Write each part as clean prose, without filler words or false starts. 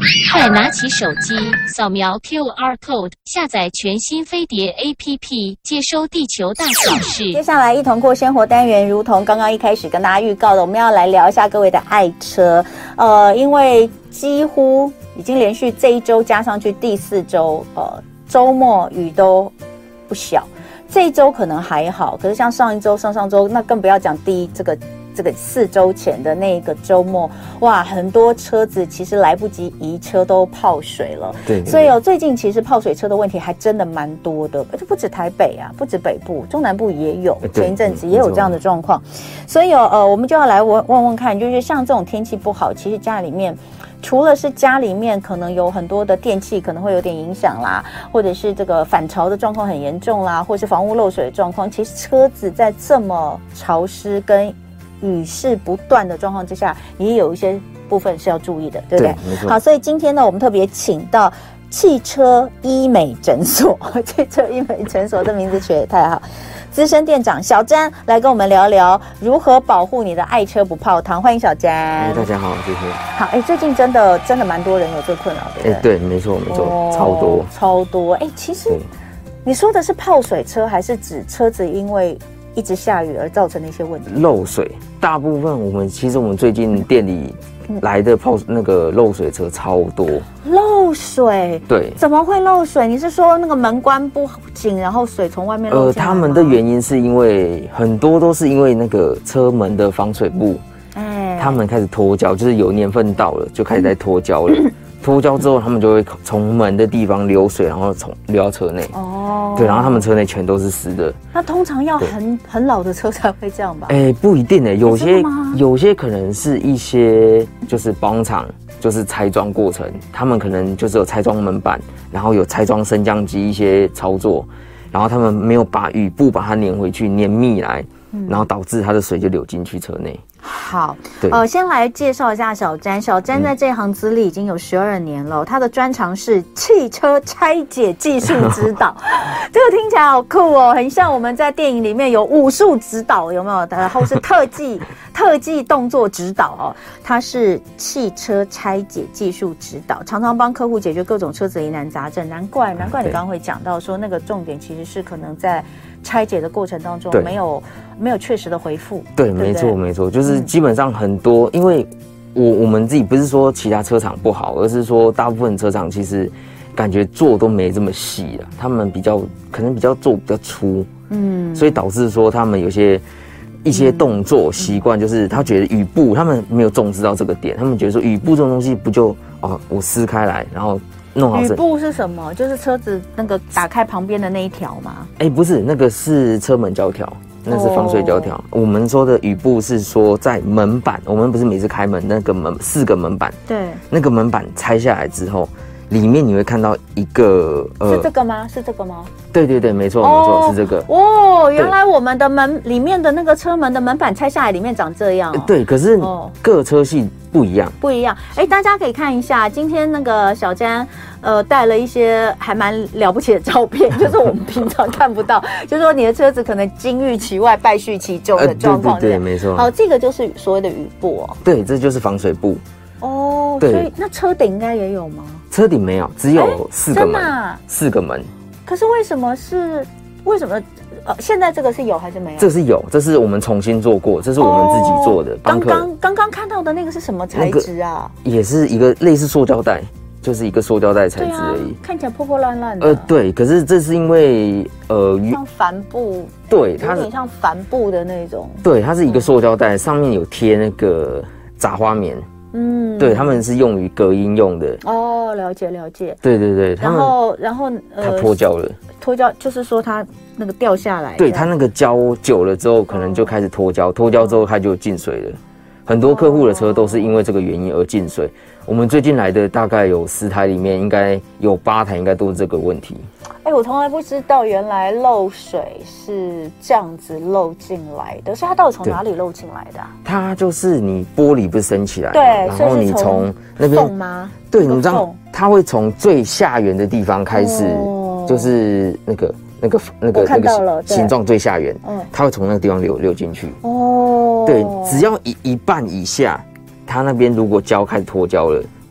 快拿起手机，扫描 QR code， 下载全新飞碟 APP， 接收地球大小事。 接下来一同过生活单元，如同刚刚一开始跟大家预告的，我们要来聊一下各位的爱车。因为几乎已经连续这一周加上去第4周，周末雨都不小。这一周可能还好，可是像上一周、上周，那更不要讲这个4周前的那个周末，哇，很多车子其实来不及移车都泡水了。 对， 所以最近其实泡水车的问题还真的蛮多的，而且不止台北啊，不止北部，中南部也有，前一阵子也有这样的状况。所以我们就要来问看，就是像这种天气不好，其实家里面除了是家里面可能有很多的电器可能会有点影响啦，或者是这个反潮的状况很严重啦，或是房屋漏水的状况，其实车子在这么潮湿跟雨势不断的状况之下，也有一些部分是要注意的，对不对？ 没错。 好，所以今天呢，我们特别请到汽车医美诊所，汽车医美诊所这名字取得也太好，资深店长小詹来跟我们聊聊如何保护你的爱车不泡汤。欢迎小詹。 大家好，谢谢。 好，最近真的蛮多人有这个困扰，对不对？ 对，没错，超多。其实你说的是泡水车，还是指车子因为一直下雨而造成的一些问题？漏水，大部分我们最近店里来的那个漏水车超多。 漏水？对，怎么会漏水？你是说那个门关不紧，然后水从外面漏进来吗？ 他们的原因是因为很多都是因为那个车门的防水布，他们开始脱胶，就是有年份到了就开始在脱胶了。脱胶之后，他们就会从门的地方流水，然后流到车内。对，然后他们车内全都是湿的。 那通常要很老的车才会这样吧？ 不一定有些可能是一些就是保养厂就是拆装过程，他们可能就是有拆装门板，然后有拆装升降机一些操作，然后他们没有把雨布把它粘回去，粘密来，然后导致它的水就流进去车内。 好，先来介绍一下小詹。小詹在这行资历已经有12年了，他的专长是汽车拆解技术指导。这个听起来好酷哦，很像我们在电影里面有武术指导，有没有？然后是特技动作指导哦。他是汽车拆解技术指导，常常帮客户解决各种车子疑难杂症。难怪你刚刚会讲到说，那个重点其实是可能在拆解的过程当中没有确实的回复。对， 没错，就是基本上很多，因为我们自己不是说其他车厂不好，而是说大部分车厂其实感觉做都没这么细了，他们可能做比较粗，所以导致说他们有一些动作习惯，就是他觉得雨布他们没有重视到这个点，他们觉得说雨布这种东西不就我撕开来然后弄好。 雨布是什么？就是车子那个打开旁边的那一条吗？ 不是，那个是车门胶条，那是防水胶条。我们说的雨布是说在门板，我们不是每次开门那个4个门板，对，那个门板拆下来之后，里面你会看到一个是这个吗？是这个吗？ 对，没错，是这个。 原来我们的门里面的那个车门的门板拆下来，里面长这样。 对，可是各车系不一样。 大家可以看一下，今天那个小詹带了一些还蛮了不起的照片，就是我们平常看不到，就是说你的车子可能金玉其外败絮其中的状况。 对，没错。 好，这个就是所谓的雨布哦。 对，这就是防水布。 所以那车顶应该也有吗？ 车顶没有，只有4个门，4个门。 可是为什么现在这个是有还是没有？ 这是有，这是我们重新做过，这是我们自己做的。 刚刚看到的那个是什么材质啊？ 也是一个类似塑胶袋，就是一个塑胶袋材质而已， 看起来破破烂烂的。 对，可是这是因为像帆布， 对，它有点像帆布的那种。对， 它是一个塑胶袋，上面有贴那个杂花棉。对，他们是用于隔音用的。 了解。 对， 然后它脱胶了。 脱胶就是说它那个掉下来。 对，它那个胶久了之后，可能就开始脱胶，脱胶之后它就进水了。很多客户的车都是因为这个原因而进水。我们最近来的大概有10台里面，应该有8台应该都是这个问题。 我从来不知道原来漏水是这样子漏进来的，所以它到底从哪里漏进来的啊？ 它就是你玻璃不是升起来， 对， 然后你从那边缝吗？ 对，你知道它会从最下缘的地方开始，就是那个形状最下缘，它会从那个地方流进去。对，只要一半以下，它那边如果胶开始脱胶了，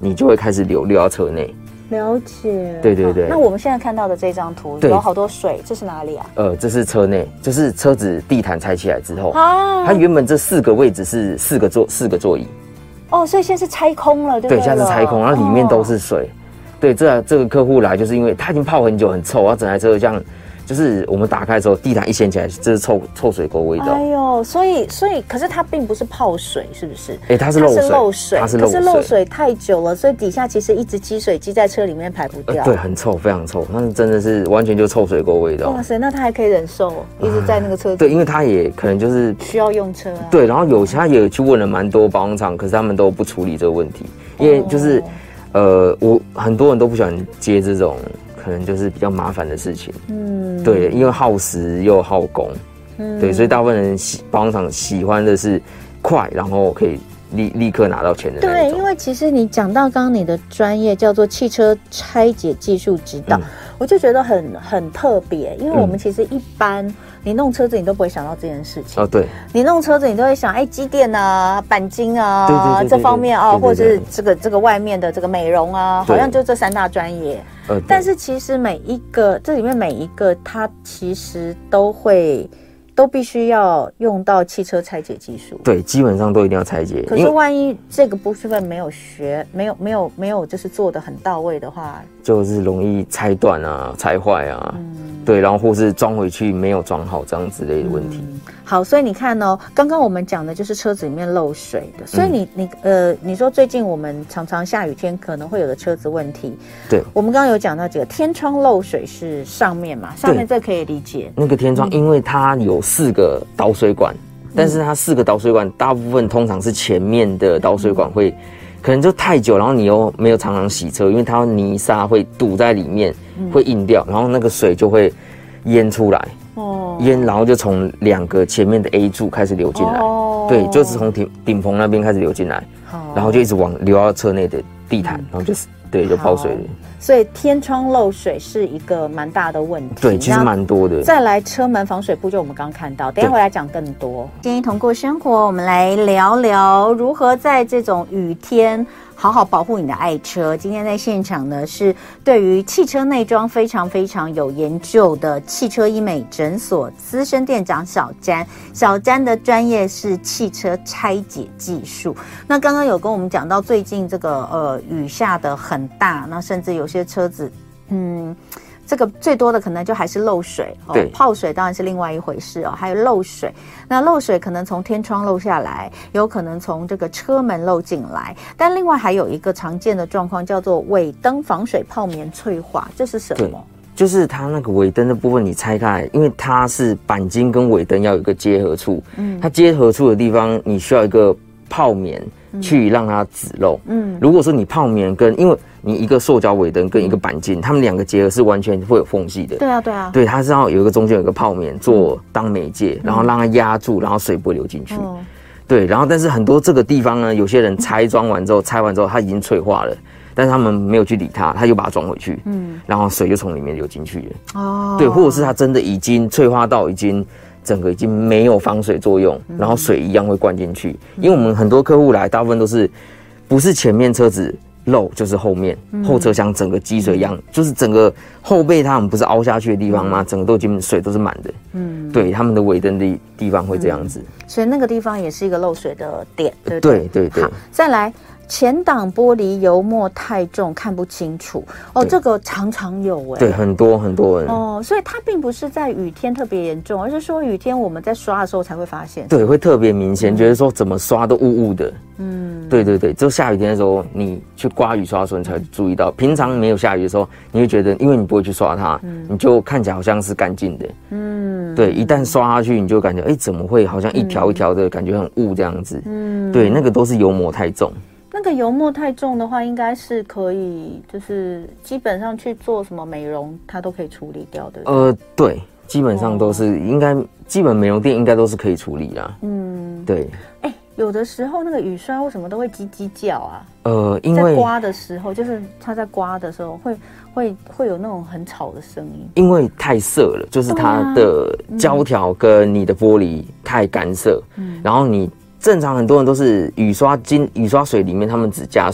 你就会开始流到车内。 了解， 对对对。 那我们现在看到的这张图有好多水，这是哪里啊？ 这是车内，就是车子地毯拆起来之后，它原本这4个位置是4个座椅。 哦，所以现在是拆空了，对不对？ 对，现在是拆空，然后里面都是水。对，这个客户来就是因为他已经泡很久，很臭，然后整台车这样。就是我们打开的时候，地毯一掀起来，这是臭水沟味道。 哎呦，所以，可是它并不是泡水，是不是？ 它是漏水， 可是漏水太久了，所以底下其实一直积水积在车里面排不掉。 对，很臭，非常臭，那真的是完全就臭水沟味道。 哇塞，那他还可以忍受，一直在那个车子。 对，因为他也可能就是需要用车啊。 对，然后他也去问了蛮多保养厂，可是他们都不处理这个问题，因为就是我很多人都不喜欢接这种。可能就是比较麻烦的事情，对，因为耗时又耗工，对，所以大部分人保养厂喜欢的是快，然后可以立刻拿到钱的那种。 对，因为其实你讲到刚刚你的专业叫做汽车拆解技术指导，我就觉得很特别，因为我们其实一般你弄车子你都不会想到这件事情。 哦，对，你弄车子你都会想，机电啊、钣金啊，这方面啊，或者是这个外面的这个美容啊，好像就这3大专业。但是其实这里面每一个，它其实都必须要用到汽车拆解技术。 对，基本上都一定要拆解。 可是万一这个部分没有学，没有就是做得很到位的话， 就是容易拆断啊、拆坏啊。对，然后或是装回去没有装好这样之类的问题。 好，所以你看哦，刚刚我们讲的就是车子里面漏水的，所以你说最近我们常常下雨天可能会有的车子问题。 对， 我们刚刚有讲到几个天窗漏水是上面嘛，上面这可以理解。 那个天窗，因为它有4个导水管，但是它4个导水管大部分通常是前面的导水管会。可能就太久，然后你又没有常常洗车，因为它泥沙会堵在里面，会硬掉，然后那个水就会淹出来，淹，然后就从2个前面的 A 柱开始流进来，对，就是从顶棚那边开始流进来，然后就一直流到车内的地毯，然后就泡水了。 所以天窗漏水是一个蛮大的问题， 对，其实蛮多的。 再来车门防水布，就我们刚刚看到，等一下回来讲更多。今天同过生活，我们来聊聊如何在这种雨天好好保护你的爱车。今天在现场呢，是对于汽车内装非常非常有研究的汽车医美诊所资深店长小詹。小詹的专业是汽车拆解技术。那刚刚有跟我们讲到，最近这个雨下得很大，那甚至有些车子，这个最多的可能就还是漏水哦，泡水当然是另外一回事哦，还有漏水。那漏水可能从天窗漏下来，有可能从这个车门漏进来。但另外还有一个常见的状况叫做尾灯防水泡棉脆化，这是什么？ 就是它那个尾灯的部分，你拆开来，因为它是钣金跟尾灯要有一个结合处，它结合处的地方你需要一个泡棉去让它止漏。如果说你泡棉因为你一个塑胶尾灯跟一个钣金，它们2个结合是完全会有缝隙的。对啊，对，它是要有一个中间有一个泡棉做当媒介，然后让它压住，然后水不会流进去。对，然后但是很多这个地方呢，有些人拆完之后它已经脆化了，但是他们没有去理它，他又把它装回去，然后水就从里面流进去了。对，或者是它真的已经脆化到整个已经没有防水作用，然后水一样会灌进去。因为我们很多客户来，大部分都是不是前面车子漏，就是后面后车厢整个积水一样，就是整个后背他们不是凹下去的地方吗？整个都已经水都是满的。对，他们的尾灯的地方会这样子， 所以那个地方也是一个漏水的点，对不对？对。好， 再来。前挡玻璃油墨太重看不清楚哦，这个常常有对，很多人所以它并不是在雨天特别严重，而是说雨天我们在刷的时候才会发现， 对，会特别明显，觉得说怎么刷都雾雾的，对，就下雨天的时候你去刮雨刷的时候你才会注意到，平常没有下雨的时候你会觉得因为你不会去刷它，你就看起来好像是干净的，对，一旦刷下去你就感觉怎么会好像一条一条的感觉很雾这样子，对，那个都是油膜太重。 那个油墨太重的话，应该是可以，就是基本上去做什么美容，它都可以处理掉的。 对，基本上都是应该，基本美容店应该都是可以处理啦。对。 有的时候那个雨刷为什么都会叽叽叫啊？ 因为在刮的时候，就是它在刮的时候会有那种很吵的声音。 因为太涩了，就是它的胶条跟你的玻璃太干涩，然后你。正常很多人都是雨刷水里面他们只加水，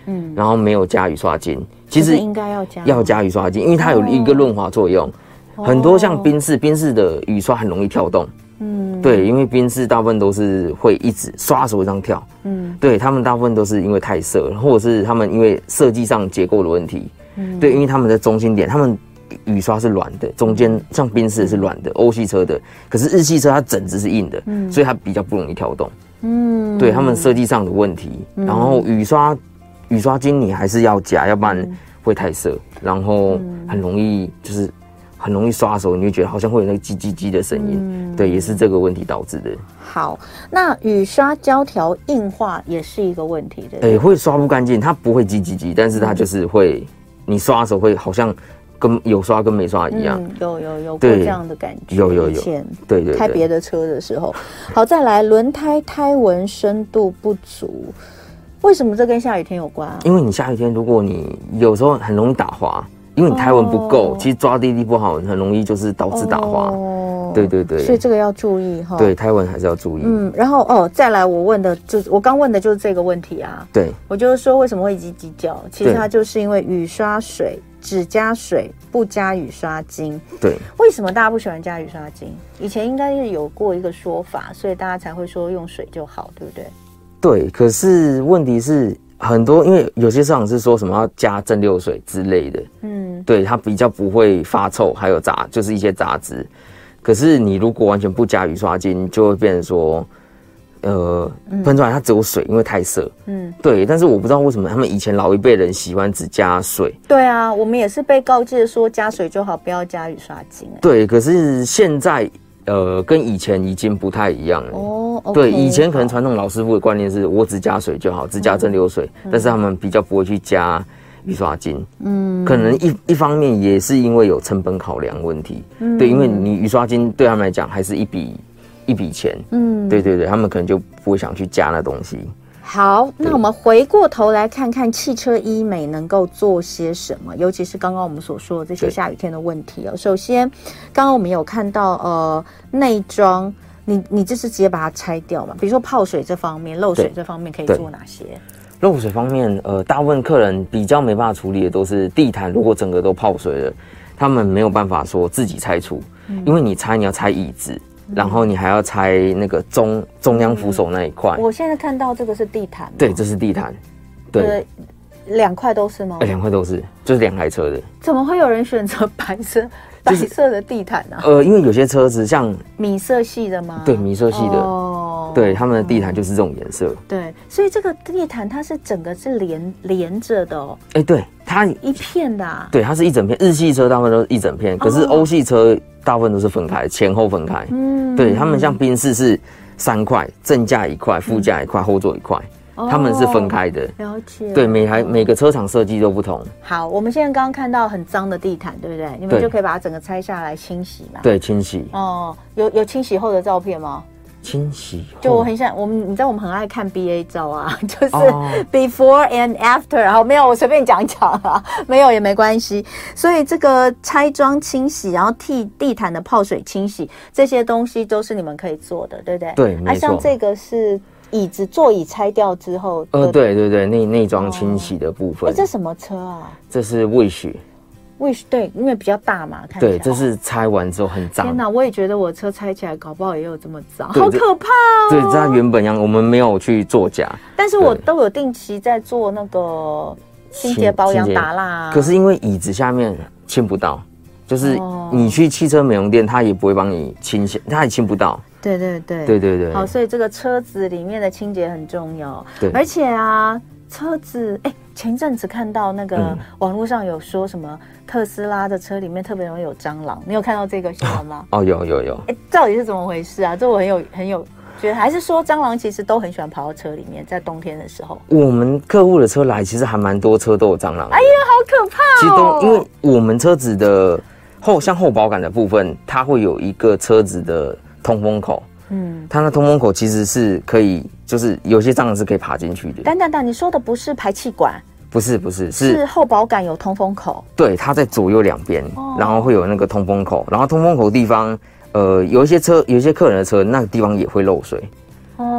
然后没有加雨刷精，其实应该要加雨刷精，因为它有一个润滑作用。很多像宾士的雨刷很容易跳动，对，因为宾士大部分都是会一直刷手这样跳，对，他们大部分都是因为太涩，或者是他们因为设计上结构的问题，对，因为他们的中心点，他们雨刷是软的，中间像宾士是软的，欧系车的，可是日系车它整只是硬的，所以它比较不容易跳动，对，他们设计上的问题，然后雨刷精你还是要加，要不然会太涩，然后很容易刷手，你会觉得好像会有那个叽叽叽的声音，对，也是这个问题导致的。 好，那雨刷胶条硬化也是一个问题的， 会刷不干净，它不会叽叽叽，但是它就是会，你刷的时候会好像跟有刷跟没刷一样， 有过这样的感觉， 有， 以前对， 开别的车的时候。好，再来轮胎胎纹深度不足，为什么这跟下雨天有关啊？ 因为你下雨天，如果你有时候很容易打滑。因为你胎纹不够，其实抓地力不好，很容易就是导致打滑。对，所以这个要注意哈。 对，胎纹还是要注意。 然后再来我刚问的就是这个问题啊。 对， 我就是说为什么会叽叽叫？其实它就是因为雨刷水只加水不加雨刷精。对，为什么大家不喜欢加雨刷精？以前应该是有过一个说法，所以大家才会说用水就好，对不对？ 对，可是问题是。很多，因为有些市场是说什么要加蒸馏水之类的，对，它比较不会发臭，还有就是一些杂质。可是你如果完全不加雨刷精，就会变成说，喷出来它只有水，因为太涩。对。但是我不知道为什么他们以前老一辈人喜欢只加水。 对啊，我们也是被告诫说加水就好，不要加雨刷精。 对，可是现在。跟以前已经不太一样了。对，以前可能传统老师傅的观念是我只加水就好，只加蒸馏水，但是他们比较不会去加雨刷精。可能一方面也是因为有成本考量问题。对，因为你雨刷精对他们来讲还是一笔钱。对，他们可能就不会想去加那东西。 好，那我们回过头来看看汽车医美能够做些什么，尤其是刚刚我们所说的这些下雨天的问题哦。首先，刚刚我们有看到内装，你就是直接把它拆掉嘛？比如说泡水这方面、漏水这方面可以做哪些？ 漏水方面，大部分客人比较没办法处理的都是地毯，如果整个都泡水了，他们没有办法说自己拆除，因为你要拆椅子。然后你还要拆那个中央扶手那一块。 我现在看到这个是地毯。 对，这是地毯。对 ，2块都是吗 ？2块都是，就是2台车的。 怎么会有人选择白色的地毯呢？ 因为有些车子像米色系的吗？ 对，米色系的。对，他们的地毯就是这种颜色。 对，所以这个地毯它是整个是连着的哦。 对，它一片的。对， 它是一整片。日系车大部分都是一整片，可是欧系车大部分都是分开，前后分开。对，他们像宾士是3块，正架1块，副驾1块，后座1块。他们是分开的。 了解。 对，每个车厂设计都不同。 好，我们现在刚刚看到很脏的地毯，对不对？你们就可以把它整个拆下来清洗嘛。 对，清洗。 有清洗后的照片吗？ 清洗就我很想你知道我们很爱看 BA 照啊，就是 before and after， 然后没有我随便讲讲啊，没有也没关系。所以这个拆装清洗，然后替地毯的泡水清洗，这些东西都是你们可以做的，对不对？ 对，没错。 像这个是座椅拆掉之后， 对，内装清洗的部分。 这什么车啊？ 这是Wish。 对，因为比较大嘛，看起来。 对，这是拆完之后很脏。 天哪，我也觉得我车拆起来搞不好也有这么脏，好可怕哦！ 对，它原本样，我们没有去做假， 但是我都有定期在做那个清洁保养打蜡。 可是因为椅子下面清不到，就是你去汽车美容店，它也不会帮你清洗，它也清不到。对。 好，所以这个车子里面的清洁很重要。对，而且啊，车子前一阵子看到那个网络上有说什么特斯拉的车里面特别容易有蟑螂，你有看到这个新闻吗？ 有。 到底是怎么回事啊？这我很有觉得，还是说蟑螂其实都很喜欢跑到车里面，在冬天的时候。 我们客户的车来，其实还蛮多车都有蟑螂。 哎呀，好可怕哦！ 其实因为我们车子的后保杆的部分，它会有一个车子的通风口。它那通风口其实是可以，就是有些蟑螂是可以爬进去的。 等，你说的不是排气管？ 不是， 是后保杆有通风口。 对，它在左右两边，然后会有那个通风口，然后通风口地方，有一些客人的车那个地方也会漏水。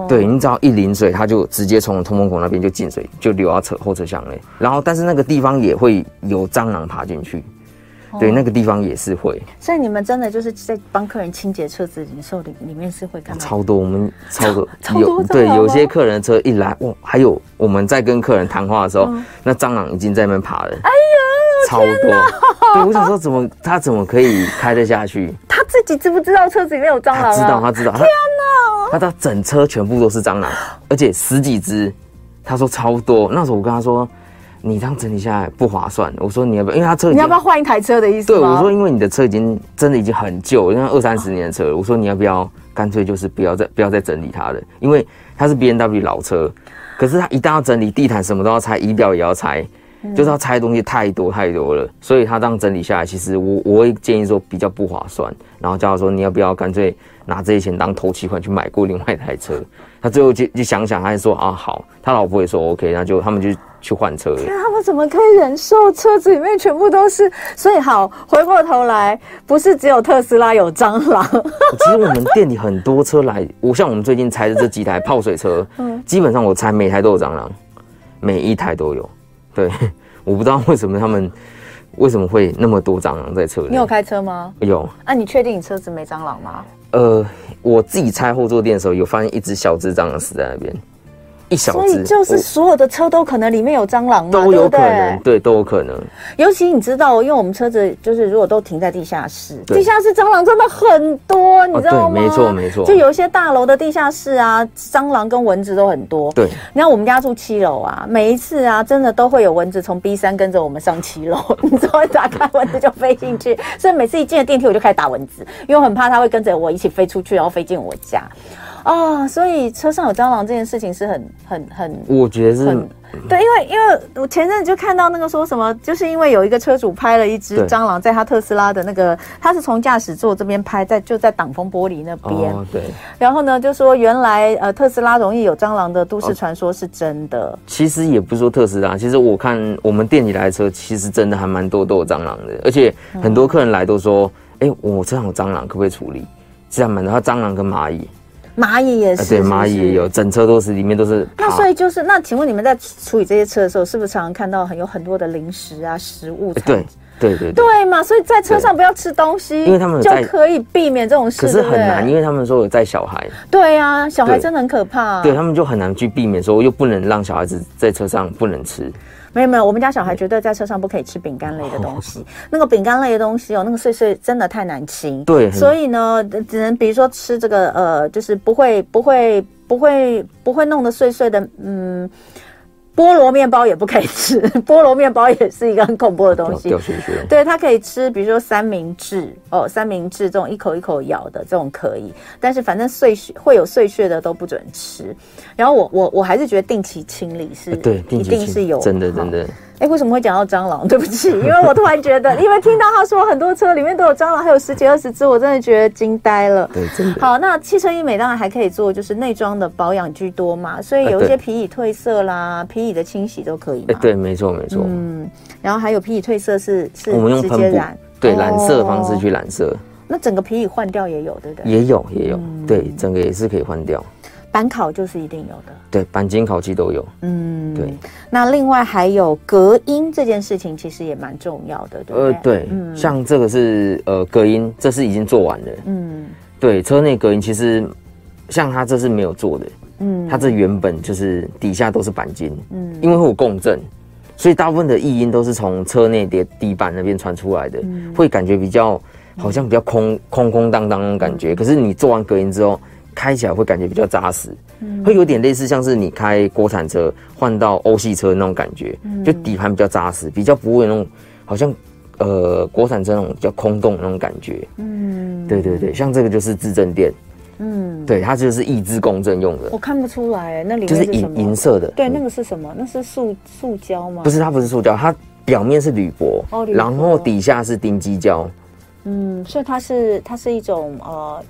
对，你只要一淋水，它就直接从通风口那边就进水，就流到后车厢内。然后，但是那个地方也会有蟑螂爬进去。对，那个地方也是会。 所以你们真的就是在帮客人清洁车子的时候，里面是会看到超多，我们超多有对，有些客人的车一来，哇，还有我们在跟客人谈话的时候，那蟑螂已经在那边爬了。哎呀，超多！对，我想说他怎么可以开得下去？ 他自己知不知道车子里面有蟑螂？ 他知道。天哪！他整车全部都是蟑螂，而且10几只。他说超多。那时候我跟他说，你这样整理下来不划算。我说你要不要？因为他车你要不要换一台车的意思吗？ 对，我说因为你的车真的已经很旧，像20-30年的车了。我说你要不要干脆就是不要再整理它了，因为它是 BMW 老车，可是它一旦要整理地毯什么都要拆，仪表也要拆，就是要拆的东西太多了，所以他这样整理下来，其实我会建议说比较不划算。然后叫他说你要不要干脆拿这些钱当头期款去买过另外一台车？他最后就想，他就说啊好，他老婆也说 OK， 那就他们就去换车了。 他们怎么可以忍受车子里面全部都是？所以好，回过头来，不是只有特斯拉有蟑螂。 其实我们店里很多车来，像我们最近拆的这几台泡水车，基本上我猜每台都有蟑螂，每一台都有。对，我不知道为什么他们为什么会那么多蟑螂在车里。 你有开车吗？ 有。 那你确定你车子没蟑螂吗？ 我自己拆后座垫的时候，有发现一只小只蟑螂死在那边，一小只。 所以就是所有的车都可能里面有蟑螂嘛， 都有可能，对，都有可能。 尤其你知道，因为我们车子就是如果都停在地下室，地下室蟑螂真的很多，你知道吗？ 对，没错。 就有一些大楼的地下室啊，蟑螂跟蚊子都很多。 对， 你看我们家住7楼啊，每一次啊，真的都会有蚊子从 B3跟着我们上7楼，你只要打开蚊子就飞进去，所以每次一进了电梯我就开始打蚊子，因为我很怕它会跟着我一起飞出去，然后飞进我家。所以车上有蟑螂这件事情是很， 我觉得是对，因为我前阵子就看到那个说什么，就是因为有一个车主拍了一只蟑螂在他特斯拉的那个，他是从驾驶座这边拍，就在挡风玻璃那边。 对。 然后呢，就说原来特斯拉容易有蟑螂的都市传说是真的。 其实也不是说特斯拉，其实我看我们店里来的车，其实真的还蛮多都有蟑螂的，而且很多客人来都说，我车上有蟑螂，可不可以处理？是还蛮多，他蟑螂跟蚂蚁。 蚂蚁也是， 对，蚂蚁也有，整车都是，里面都是。 那所以就是，那请问你们在处理这些车的时候，是不是常常看到有很多的零食啊、食物？对嘛，所以在车上不要吃东西，因为他们就可以避免这种事。 可是很难，因为他们说有载小孩。 对啊，小孩真的很可怕。 对他们就很难去避免，说又不能让小孩子在车上不能吃。 没有，我们家小孩绝对在车上不可以吃饼干类的东西。那个饼干类的东西那个碎碎真的太难清。对，所以呢，只能比如说吃这个就是不会弄得碎碎的，菠萝面包也不可以吃，菠萝面包也是一个很恐怖的东西。对，它可以吃，比如说三明治这种一口一口咬的这种可以，但是反正会有碎屑的都不准吃。然后我还是觉得定期清理是对，一定是有真的。 为什么会讲到蟑螂？对不起，因为我突然觉得，因为听到他说很多车里面都有蟑螂，还有10几20只，我真的觉得惊呆了。 对，真的。 好，那汽车医美当然还可以做，就是内装的保养居多嘛，所以有一些皮椅褪色啦、皮椅的清洗都可以嘛。 对，没错。 然后还有皮椅褪色是我们用直接染， 对，染色的方式去染色。 那整个皮椅换掉也有，对不对？ 也有，对，整个也是可以换掉。 钣烤就是一定有的， 对，钣金烤漆都有。 对。那另外还有隔音这件事情，其实也蛮重要的，对不对？ 对，像这个是隔音，这是已经做完了。对，车内隔音其实像它这是没有做的，它这原本就是底下都是钣金，因为会有共振，所以大部分的异音都是从车内的底板那边传出来的，会感觉好像比较空荡荡那种感觉。可是你做完隔音之后，开起来会感觉比较扎实，会有点类似像是你开国产车换到欧系车那种感觉，就底盘比较扎实，比较不会那种好像国产车那种比较空洞那种感觉。对，像这个就是自振垫，对，它就是抑制共振用的。 我看不出来，那里面就是银色的。 对，那个是什么？那是塑胶吗？ 不是，它不是塑胶，它表面是铝箔，然后底下是丁基胶。 所以它是一种像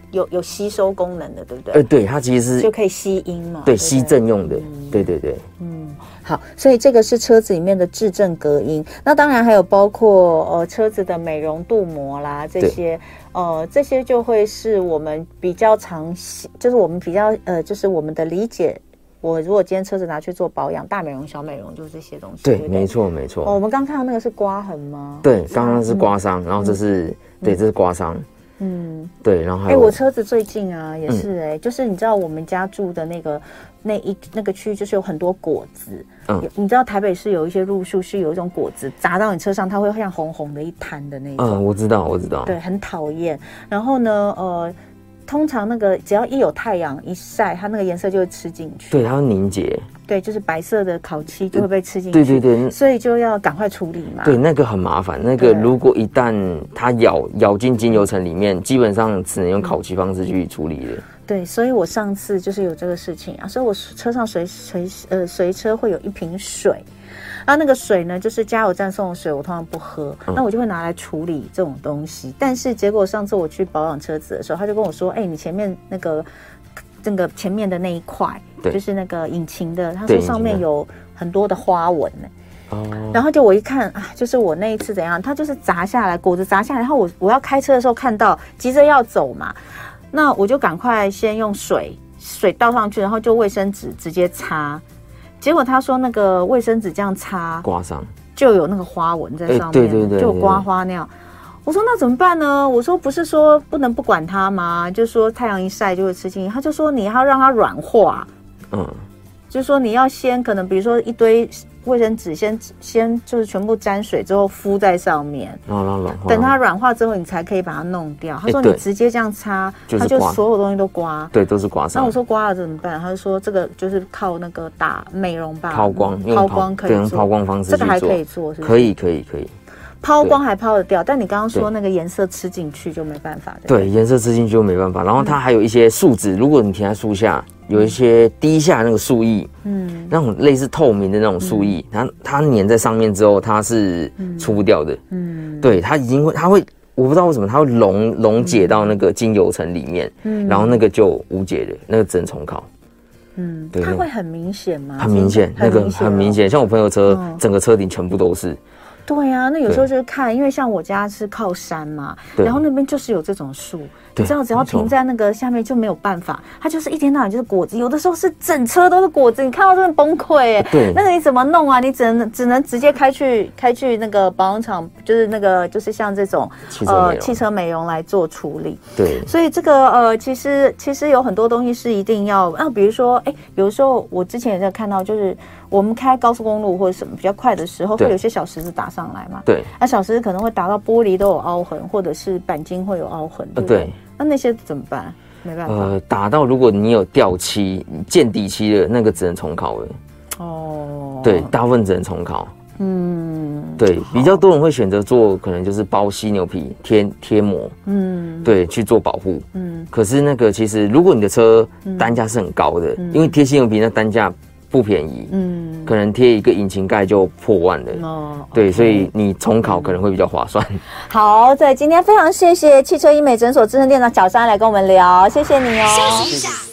有吸收功能的，对不对？ 对，它其实是就可以吸音嘛， 对，吸震用的，对对对。 好，所以这个是车子里面的制震隔音。那当然还有包括车子的美容镀膜啦，这些就会是我们比较就是我们比较就是我们的理解。我如果今天车子拿去做保养，大美容、小美容就是这些东西。对， 没错没错。 我们刚看到那个是刮痕吗？ 对，刚刚是刮伤，然后这是对，这是刮伤。对，然后还有我车子最近啊也是就是你知道我们家住的那个区就是有很多果子，你知道台北市有一些路树是有一种果子砸到你车上，它会像红红的一滩的那种。 我知道。 对，很讨厌。然后呢，通常那个只要一有太阳一晒，它那个颜色就会吃进去。 对，它会凝结。 对，就是白色的烤漆就会被吃进去。对，所以就要赶快处理嘛。 对，那个很麻烦。那个如果一旦它咬进精油层里面，基本上只能用烤漆方式去处理的。 对，所以我上次就是有这个事情啊，所以我车上随车会有一瓶水。那个水呢，就是加油站送的水，我通常不喝，那我就会拿来处理这种东西。但是结果上次我去保养车子的时候，他就跟我说：“你前面那个前面的那一块，就是那个引擎的，他说上面有很多的花纹呢。”然后我一看就是我那一次怎样，它就是砸下来，果子砸下来，然后我要开车的时候看到，急着要走嘛，那我就赶快先用水倒上去，然后就卫生纸直接擦。结果他说那个卫生纸这样擦刮伤，就有那个花纹在上面，对，就有刮花那样。我说那怎么办呢？我说不是说不能不管它吗？就说太阳一晒就会吃进去。他就说你要让它软化，就是说你要先可能比如说一堆卫生纸先就是全部沾水之后敷在上面， 然后让它软化， 等它软化之后你才可以把它弄掉。他说你直接这样擦，它就所有东西都刮， 对，都是刮伤。 那我说刮了怎么办？他就说这个就是靠那个打美容吧， 抛光可以做，用抛光方式去做， 这个还可以做，是不是？ 可以。 抛光还抛得掉，但你刚刚说那个颜色吃进去就没办法。 对，颜色吃进去就没办法。然后它还有一些树脂，如果你停在树下，有一些滴下那个树液，那种类似透明的那种树液，它粘在上面之后，它是出不掉的。对，它会，我不知道为什么它会溶解到那个精油层里面，然后那个就无解了，那个只能重烤。 对，它会很明显吗？ 很明显，那个很明显，像我朋友车，整个车顶全部都是。 对啊，那有时候就是看，因为像我家是靠山嘛，然后那边就是有这种树，你知道，只要停在那个下面就没有办法，它就是一天到晚就是果子，有的时候是整车都是果子，你看到真的崩溃对，那个你怎么弄啊？你只能直接开去那个保养厂，就是那个就是像这种汽车美容来做处理。 对， 所以这个其实有很多东西是一定要比如说有的时候我之前也在看到，就是我们开高速公路或者什么比较快的时候，会有些小石子打上来嘛。对，那小石子可能会打到玻璃都有凹痕，或者是钣金会有凹痕。对，那些怎么办？没办法。打到如果你有掉漆、见底漆的那个，只能重烤了。对，大部分只能重烤。对，比较多人会选择做，可能就是包犀牛皮贴膜。对，去做保护。可是那个其实，如果你的车单价是很高的，因为贴犀牛皮那单价不便宜，可能贴一个引擎盖就破万了。对，所以你重烤可能会比较划算。 好，对，今天非常谢谢汽车医美诊所资深店长小山来跟我们聊，谢谢你哦。休息一下。